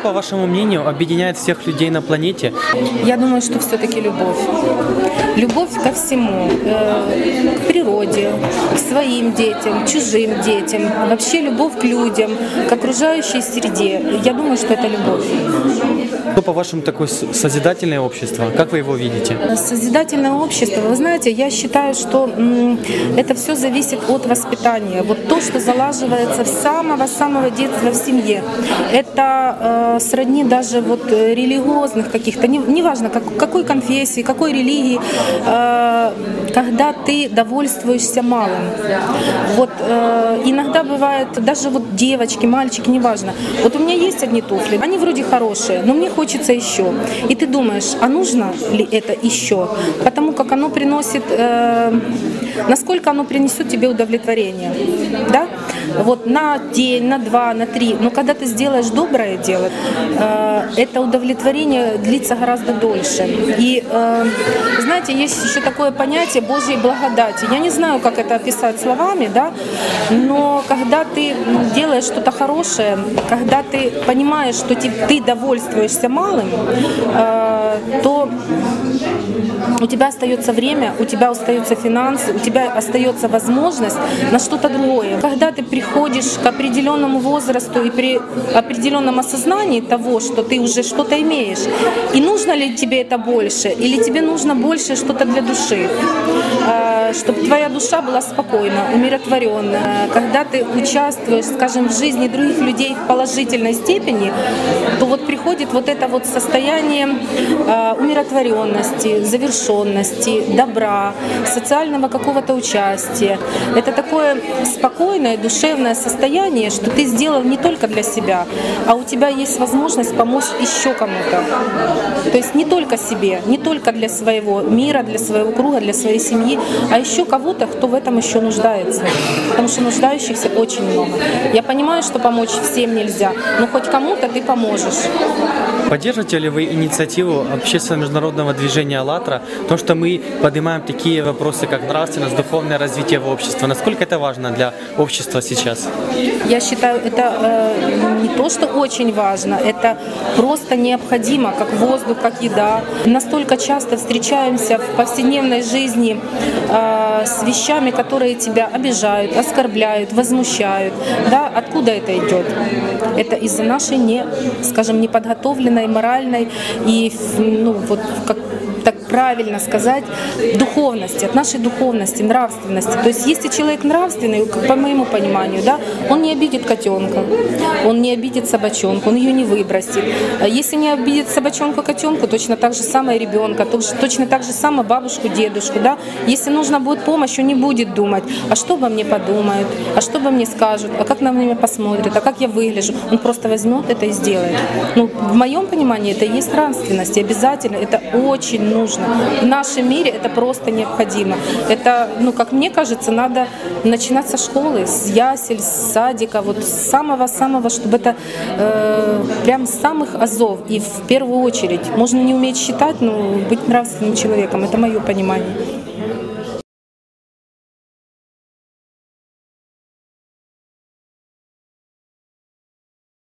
Что, по вашему мнению, объединяет всех людей на планете? Я думаю, что все-таки любовь. Любовь ко всему, к природе, к своим детям, чужим детям, вообще любовь к людям, к окружающей среде. Я думаю, что это любовь. Что, по-вашему, такое созидательное общество? Как вы его видите? Созидательное общество, вы знаете, я считаю, что это все зависит от воспитания. Вот то, что залаживается с самого-самого детства в семье, это сродни даже вот религиозных каких-то, неважно какой конфессии, какой религии, когда ты довольствуешься малым. Вот иногда бывает, даже вот девочки, мальчики, неважно. Вот у меня есть одни туфли, они вроде хорошие, но мне хочется еще. И ты думаешь, а нужно ли это еще? Потому как оно приносит, насколько оно принесет тебе удовлетворение, да? Вот на день, на два, на три. Но когда ты сделаешь доброе дело, это удовлетворение длится гораздо дольше. И знаете, есть еще такое понятие Божьей благодати. Я не знаю, как это описать словами, да, но когда ты делаешь что-то хорошее, когда ты понимаешь, что ты довольствуешься малым, то у тебя остается время, у тебя остаются финансы, у тебя остается возможность на что-то другое. Когда ты приходишь к определенному возрасту и при определенном осознании того, что ты уже что-то имеешь, и нужно ли тебе это больше, или тебе нужно больше что-то для души, чтобы твоя душа была спокойна, умиротворенная. Когда ты участвуешь, скажем, в жизни других людей в положительной степени, то вот приходит вот это вот состояние умиротворенности, завершенности, добра, социального какого-то участия. Это такое спокойное, душевное состояние, что ты сделал не только для себя, а у тебя есть возможность помочь еще кому-то. То есть не только себе, не только для своего мира, для своего круга, для своей семьи, а еще кого-то, кто в этом еще нуждается. Потому что нуждающихся очень много. Я понимаю, что помочь всем нельзя, но хоть кому-то ты поможешь. Поддерживаете ли вы инициативу общественного международного движения «АЛЛАТРА», то, что мы поднимаем такие вопросы, как нравственность, духовное развитие в обществе? Насколько это важно для общества сейчас? Я считаю, это не то, что очень важно, это просто необходимо, как воздух, как еда. Настолько часто встречаемся в повседневной жизни с вещами, которые тебя обижают, оскорбляют, возмущают. Да? Откуда это идет? Это из-за нашей, неподготовленной, моральной и, вот как так правильно сказать, духовности, от нашей духовности, нравственности. То есть если человек нравственный, по моему пониманию, да, он не обидит котенка, он не обидит собачонку, он ее не выбросит. Если не обидит собачонку, котенку, точно так же самое ребенка, точно так же самое бабушку, дедушку. Да? Если нужна будет помощь, он не будет думать, а что обо мне подумают, а что обо мне скажут, а как на меня посмотрят, а как я выгляжу. Он просто возьмет это и сделает. В моем понимании это и есть нравственность, и обязательно это очень нужно. В нашем мире это просто необходимо. Это, как мне кажется, надо начинать со школы, с ясель, с садика, вот с самого-самого, чтобы это прям с самых азов. И в первую очередь, можно не уметь считать, но быть нравственным человеком. Это мое понимание.